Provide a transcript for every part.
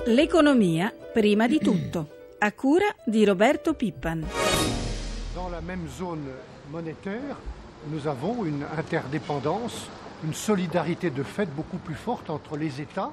L'economia prima di tutto, a cura di Roberto Pippan. Dans la même zone monétaire, nous avons une interdépendance, une solidarité de fait beaucoup plus forte entre les États.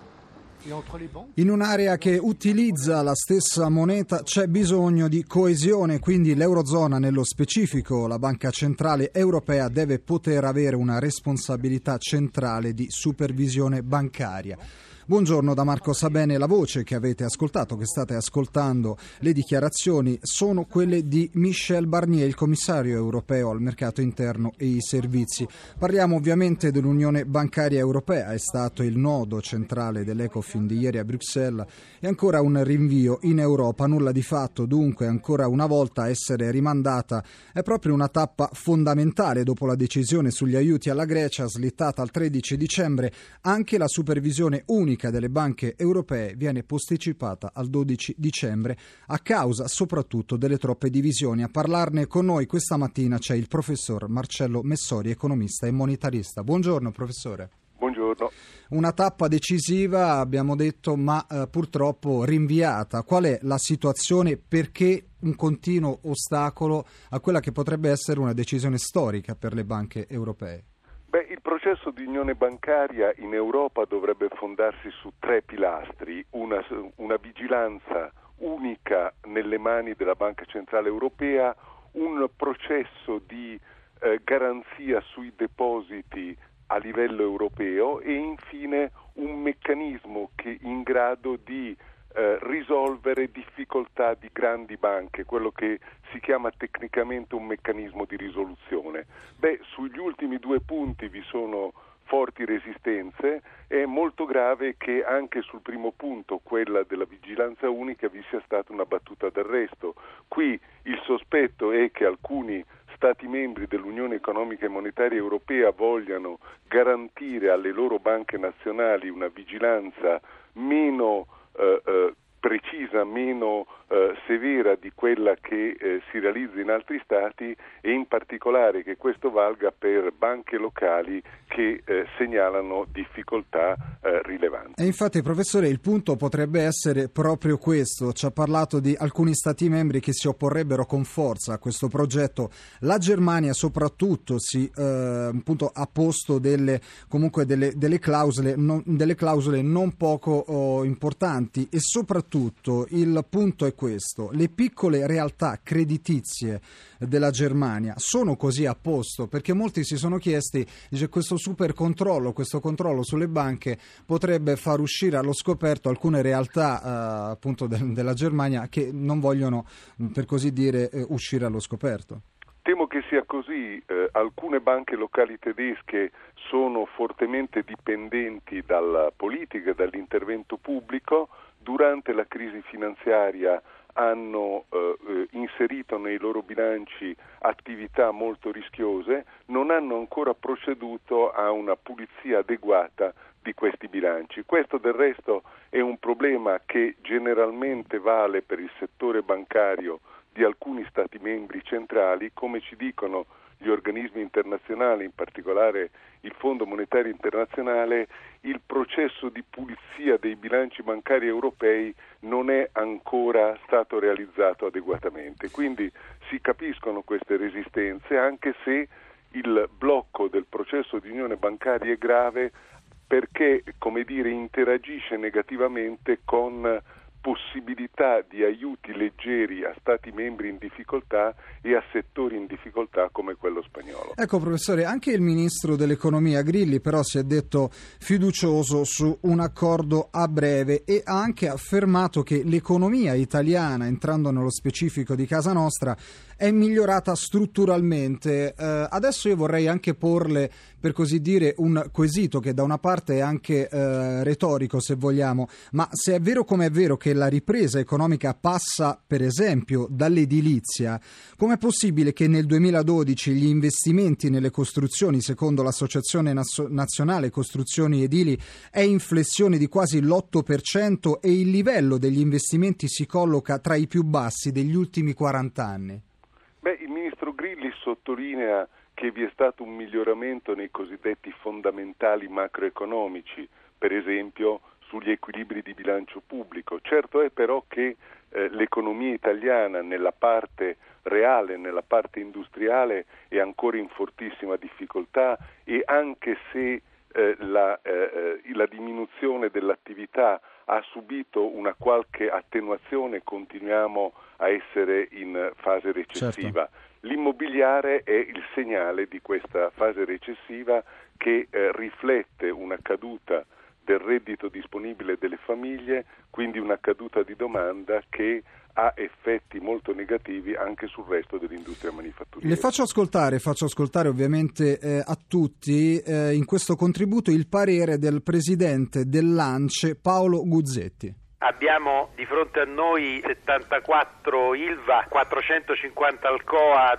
In un'area che utilizza la stessa moneta c'è bisogno di coesione, quindi l'Eurozona, nello specifico la Banca Centrale Europea, deve poter avere una responsabilità centrale di supervisione bancaria. Buongiorno da Marco Sabene. La voce che avete ascoltato, che state ascoltando, le dichiarazioni sono quelle di Michel Barnier, il commissario europeo al mercato interno e i servizi. Parliamo ovviamente dell'Unione Bancaria Europea, è stato il nodo centrale dell'Ecofin di ieri a Bruxelles e ancora un rinvio in Europa, nulla di fatto dunque, ancora una volta a essere rimandata. È proprio una tappa fondamentale dopo la decisione sugli aiuti alla Grecia slittata al 13 dicembre, anche la supervisione unica delle banche europee viene posticipata al 12 dicembre a causa soprattutto delle troppe divisioni. A parlarne con noi questa mattina c'è il professor Marcello Messori, economista e monetarista. Buongiorno professore. Buongiorno. Una tappa decisiva, abbiamo detto, ma purtroppo rinviata. Qual è la situazione? Perché un continuo ostacolo a quella che potrebbe essere una decisione storica per le banche europee? Il processo di unione bancaria in Europa dovrebbe fondarsi su tre pilastri: una vigilanza unica nelle mani della Banca Centrale Europea, un processo di garanzia sui depositi a livello europeo e infine un meccanismo che in grado di risolvere difficoltà di grandi banche, quello che si chiama tecnicamente un meccanismo di risoluzione. Sugli ultimi due punti vi sono forti resistenze. È molto grave che anche sul primo punto, quella della vigilanza unica, vi sia stata una battuta d'arresto. Qui il sospetto è che alcuni Stati membri dell'Unione Economica e Monetaria Europea vogliano garantire alle loro banche nazionali una vigilanza meno precisa, meno severa di quella che si realizza in altri stati, e in particolare che questo valga per banche locali che segnalano difficoltà rilevanti. E infatti, professore, il punto potrebbe essere proprio questo. Ci ha parlato di alcuni stati membri che si opporrebbero con forza a questo progetto. La Germania soprattutto appunto ha posto delle clausole non poco importanti, e soprattutto il punto è questo: le piccole realtà creditizie della Germania sono così a posto? Perché molti si sono chiesti, questo super controllo, questo controllo sulle banche potrebbe far uscire allo scoperto alcune realtà appunto della Germania che non vogliono, per così dire, uscire allo scoperto. Temo che sia così. Alcune banche locali tedesche sono fortemente dipendenti dalla politica e dall'intervento pubblico. Durante la crisi finanziaria hanno inserito nei loro bilanci attività molto rischiose, non hanno ancora proceduto a una pulizia adeguata di questi bilanci. Questo del resto è un problema che generalmente vale per il settore bancario di alcuni Stati membri centrali. Come ci dicono gli organismi internazionali, in particolare il Fondo Monetario Internazionale, il processo di pulizia dei bilanci bancari europei non è ancora stato realizzato adeguatamente. Quindi si capiscono queste resistenze, anche se il blocco del processo di unione bancaria è grave perché, interagisce negativamente con possibilità di aiuti leggeri a Stati membri in difficoltà e a settori in difficoltà come quello spagnolo. Ecco professore, anche il ministro dell'economia Grilli però si è detto fiducioso su un accordo a breve e ha anche affermato che l'economia italiana, entrando nello specifico di casa nostra, è migliorata strutturalmente. Adesso io vorrei anche porle, per così dire, un quesito che da una parte è anche retorico, se vogliamo, ma se è vero come è vero che la ripresa economica passa per esempio dall'edilizia, com'è possibile che nel 2012 gli investimenti nelle costruzioni, secondo l'Associazione Nazionale Costruzioni Edili, è in flessione di quasi l'8% e il livello degli investimenti si colloca tra i più bassi degli ultimi 40 anni? Il ministro Grilli sottolinea che vi è stato un miglioramento nei cosiddetti fondamentali macroeconomici, per esempio sugli equilibri di bilancio pubblico. Certo è però che l'economia italiana nella parte reale, nella parte industriale è ancora in fortissima difficoltà, e anche se la diminuzione dell'attività ha subito una qualche attenuazione, continuiamo a essere in fase recessiva. Certo. L'immobiliare è il segnale di questa fase recessiva che riflette una caduta del reddito disponibile delle famiglie, quindi una caduta di domanda che ha effetti molto negativi anche sul resto dell'industria manifatturiera. Le faccio ascoltare ovviamente a tutti in questo contributo il parere del presidente dell'ANCE Paolo Guzzetti. Abbiamo di fronte a noi 74 ILVA, 450 Alcoa,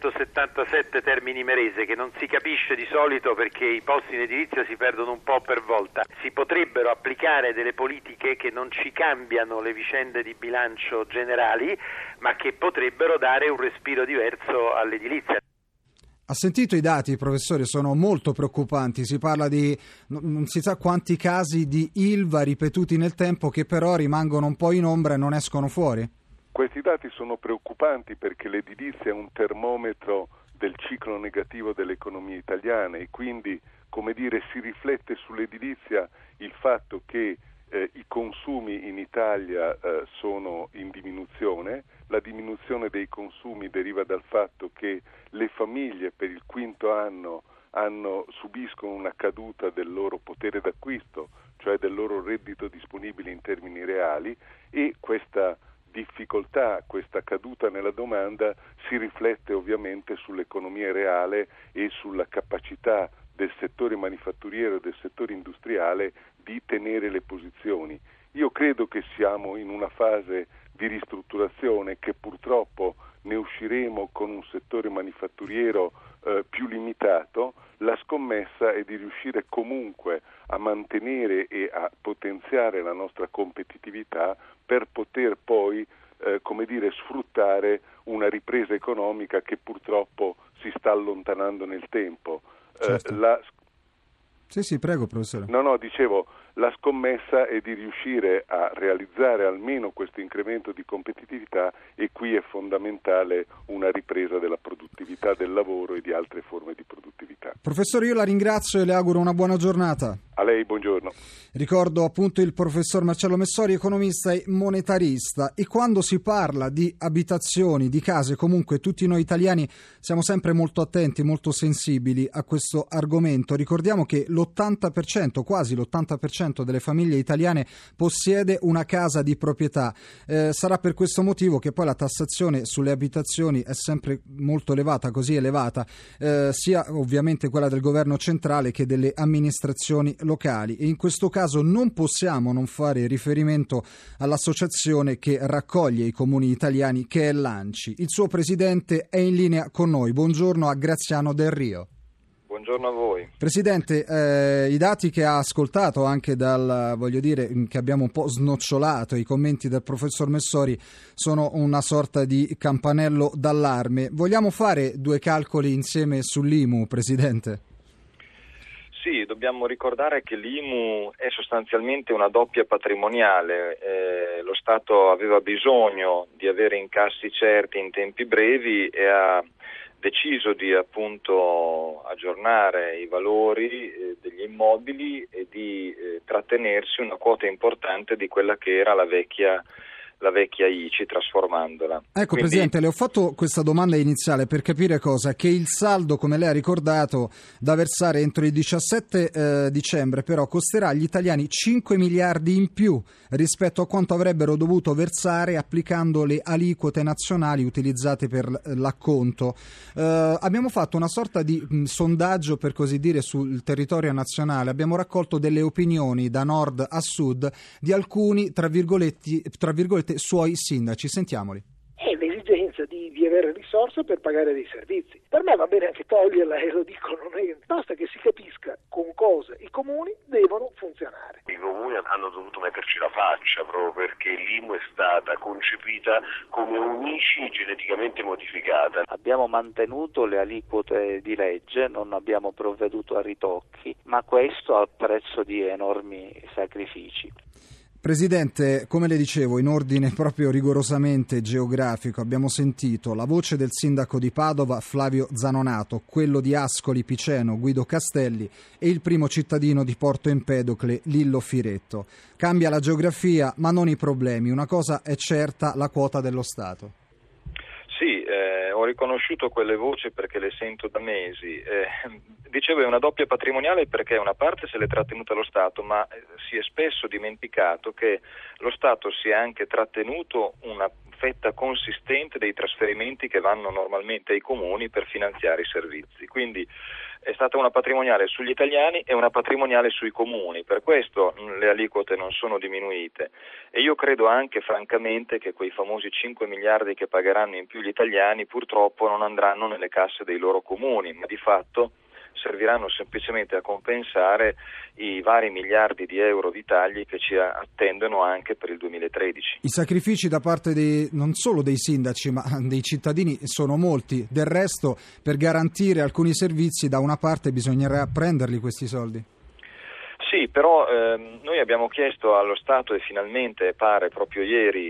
277 Termini Imerese, che non si capisce di solito perché i posti in edilizia si perdono un po' per volta. Si potrebbero applicare delle politiche che non ci cambiano le vicende di bilancio generali, ma che potrebbero dare un respiro diverso all'edilizia. Ha sentito i dati, professore? Sono molto preoccupanti. Si parla di non si sa quanti casi di ILVA ripetuti nel tempo che però rimangono un po' in ombra e non escono fuori. Questi dati sono preoccupanti perché l'edilizia è un termometro del ciclo negativo dell'economia italiana e quindi, come dire, si riflette sull'edilizia il fatto che i consumi in Italia sono in diminuzione. La diminuzione dei consumi deriva dal fatto che le famiglie per il quinto anno subiscono una caduta del loro potere d'acquisto, cioè del loro reddito disponibile in termini reali, e questa difficoltà, questa caduta nella domanda si riflette ovviamente sull'economia reale e sulla capacità del settore manifatturiero e del settore industriale di tenere le posizioni. Io credo che siamo in una fase di ristrutturazione, che purtroppo ne usciremo con un settore manifatturiero più limitato. La scommessa è di riuscire comunque a mantenere e a potenziare la nostra competitività per poter poi sfruttare una ripresa economica che purtroppo si sta allontanando nel tempo. Certo. Sì, prego, professore. Dicevo, la scommessa è di riuscire a realizzare almeno questo incremento di competitività, e qui è fondamentale una ripresa della produttività del lavoro e di altre forme di produttività. Professore, io la ringrazio e le auguro una buona giornata. A lei, buongiorno. Ricordo appunto il professor Marcello Messori, economista e monetarista. E quando si parla di abitazioni, di case, comunque tutti noi italiani siamo sempre molto attenti, molto sensibili a questo argomento. Ricordiamo che l'80%, quasi l'80% delle famiglie italiane possiede una casa di proprietà. Sarà per questo motivo che poi la tassazione sulle abitazioni è sempre molto elevata, così elevata, sia ovviamente quella del governo centrale che delle amministrazioni locali, e in questo caso non possiamo non fare riferimento all'associazione che raccoglie i comuni italiani, che è l'ANCI. Il suo presidente è in linea con noi. Buongiorno a Graziano Del Rio. Buongiorno a voi. Presidente, i dati che ha ascoltato anche che abbiamo un po' snocciolato, i commenti del professor Messori, sono una sorta di campanello d'allarme. Vogliamo fare due calcoli insieme sull'IMU, Presidente? Sì, dobbiamo ricordare che l'IMU è sostanzialmente una doppia patrimoniale. Lo Stato aveva bisogno di avere incassi certi in tempi brevi e ha deciso di appunto aggiornare i valori degli immobili e di trattenersi una quota importante di quella che era la vecchia ICI, trasformandola. Ecco, quindi, Presidente, le ho fatto questa domanda iniziale per capire cosa, che il saldo, come lei ha ricordato, da versare entro il 17 dicembre però costerà agli italiani 5 miliardi in più rispetto a quanto avrebbero dovuto versare applicando le aliquote nazionali utilizzate per l'acconto. Abbiamo fatto una sorta di sondaggio, per così dire, sul territorio nazionale. Abbiamo raccolto delle opinioni da nord a sud di alcuni, tra virgolette, suoi sindaci. Sentiamoli. L'esigenza l'esigenza di avere risorse per pagare dei servizi. Per me va bene anche toglierla, e lo dico, basta che si capisca con cosa i comuni devono funzionare. I comuni hanno dovuto metterci la faccia proprio perché l'IMU è stata concepita come un'ICI geneticamente modificata. Abbiamo mantenuto le aliquote di legge, non abbiamo provveduto a ritocchi, ma questo a prezzo di enormi sacrifici. Presidente, come le dicevo, in ordine proprio rigorosamente geografico, abbiamo sentito la voce del sindaco di Padova, Flavio Zanonato, quello di Ascoli Piceno, Guido Castelli, e il primo cittadino di Porto Empedocle, Lillo Firetto. Cambia la geografia, ma non i problemi. Una cosa è certa, la quota dello Stato. Sì, ho riconosciuto quelle voci perché le sento da mesi. Dicevo, è una doppia patrimoniale perché una parte se l'è trattenuta lo Stato, ma si è spesso dimenticato che lo Stato si è anche trattenuto una fetta consistente dei trasferimenti che vanno normalmente ai comuni per finanziare i servizi. Quindi è stata una patrimoniale sugli italiani e una patrimoniale sui comuni, per questo le aliquote non sono diminuite e io credo anche francamente che quei famosi 5 miliardi che pagheranno in più gli italiani purtroppo non andranno nelle casse dei loro comuni, ma di fatto serviranno semplicemente a compensare i vari miliardi di euro di tagli che ci attendono anche per il 2013. I sacrifici da parte non solo dei sindaci ma dei cittadini sono molti, del resto per garantire alcuni servizi da una parte bisognerà prenderli questi soldi. Sì, però noi abbiamo chiesto allo Stato e finalmente pare proprio ieri,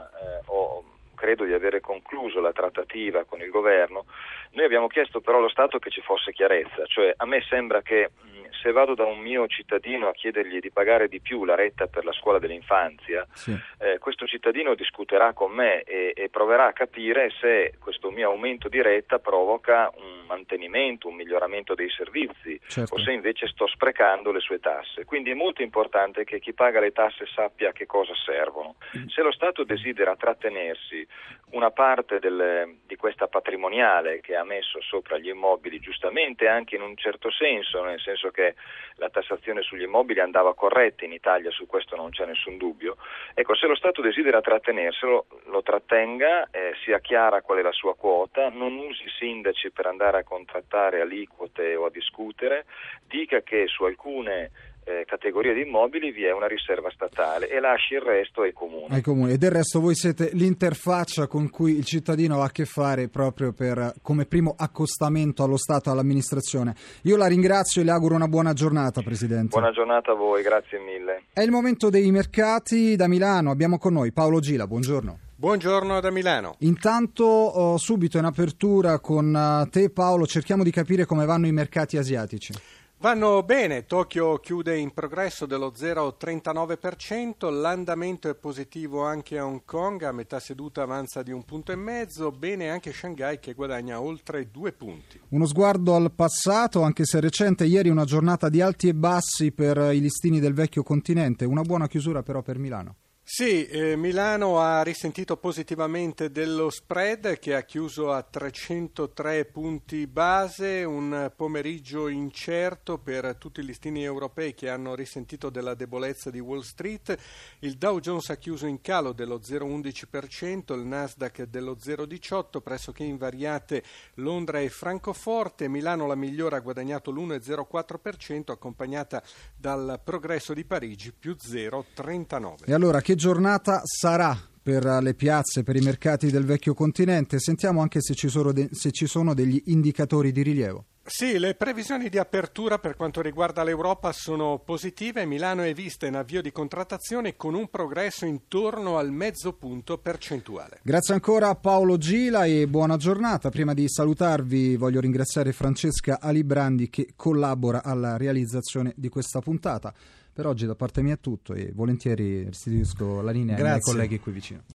credo di avere concluso la trattativa con il governo, noi abbiamo chiesto però allo Stato che ci fosse chiarezza, cioè a me sembra che se vado da un mio cittadino a chiedergli di pagare di più la retta per la scuola dell'infanzia, sì. Questo cittadino discuterà con me e proverà a capire se questo mio aumento di retta provoca un mantenimento, un miglioramento dei servizi, certo. O se invece sto sprecando le sue tasse. Quindi è molto importante che chi paga le tasse sappia a che cosa servono. Se lo Stato desidera trattenersi una parte di questa patrimoniale che ha messo sopra gli immobili, giustamente anche in un certo senso, nel senso che la tassazione sugli immobili andava corretta in Italia, su questo non c'è nessun dubbio. Ecco, se lo Stato desidera trattenerselo, lo trattenga, sia chiara qual è la sua quota, non usi i sindaci per andare a contrattare aliquote o a discutere, dica che su alcune categorie di immobili vi è una riserva statale e lasci il resto ai comuni. E del resto voi siete l'interfaccia con cui il cittadino ha a che fare proprio come primo accostamento allo Stato, all'amministrazione. Io la ringrazio e le auguro una buona giornata, Presidente. Buona giornata a voi, grazie mille. È il momento dei mercati. Da Milano abbiamo con noi Paolo Gila, buongiorno. Buongiorno da Milano. Intanto subito in apertura con te Paolo cerchiamo di capire come vanno i mercati asiatici. Vanno bene, Tokyo chiude in progresso dello 0,39%, l'andamento è positivo anche a Hong Kong, a metà seduta avanza di 1,5 punti, bene anche Shanghai che guadagna oltre 2 punti. Uno sguardo al passato, anche se recente, ieri una giornata di alti e bassi per i listini del vecchio continente, una buona chiusura però per Milano. Sì, Milano ha risentito positivamente dello spread che ha chiuso a 303 punti base, un pomeriggio incerto per tutti i listini europei che hanno risentito della debolezza di Wall Street. Il Dow Jones ha chiuso in calo dello 0,11%, il Nasdaq dello 0,18%, pressoché invariate Londra e Francoforte. Milano la migliore ha guadagnato l'1,04%, accompagnata dal progresso di Parigi più 0,39%. E allora che giornata sarà per le piazze, per i mercati del vecchio continente? Sentiamo anche se ci sono degli indicatori di rilievo. Sì, le previsioni di apertura per quanto riguarda l'Europa sono positive. Milano è vista in avvio di contrattazione con un progresso intorno al 0,5 punto percentuale. Grazie ancora a Paolo Gila e buona giornata. Prima di salutarvi voglio ringraziare Francesca Alibrandi che collabora alla realizzazione di questa puntata. Per oggi da parte mia è tutto e volentieri restituisco la linea ai miei colleghi qui vicino.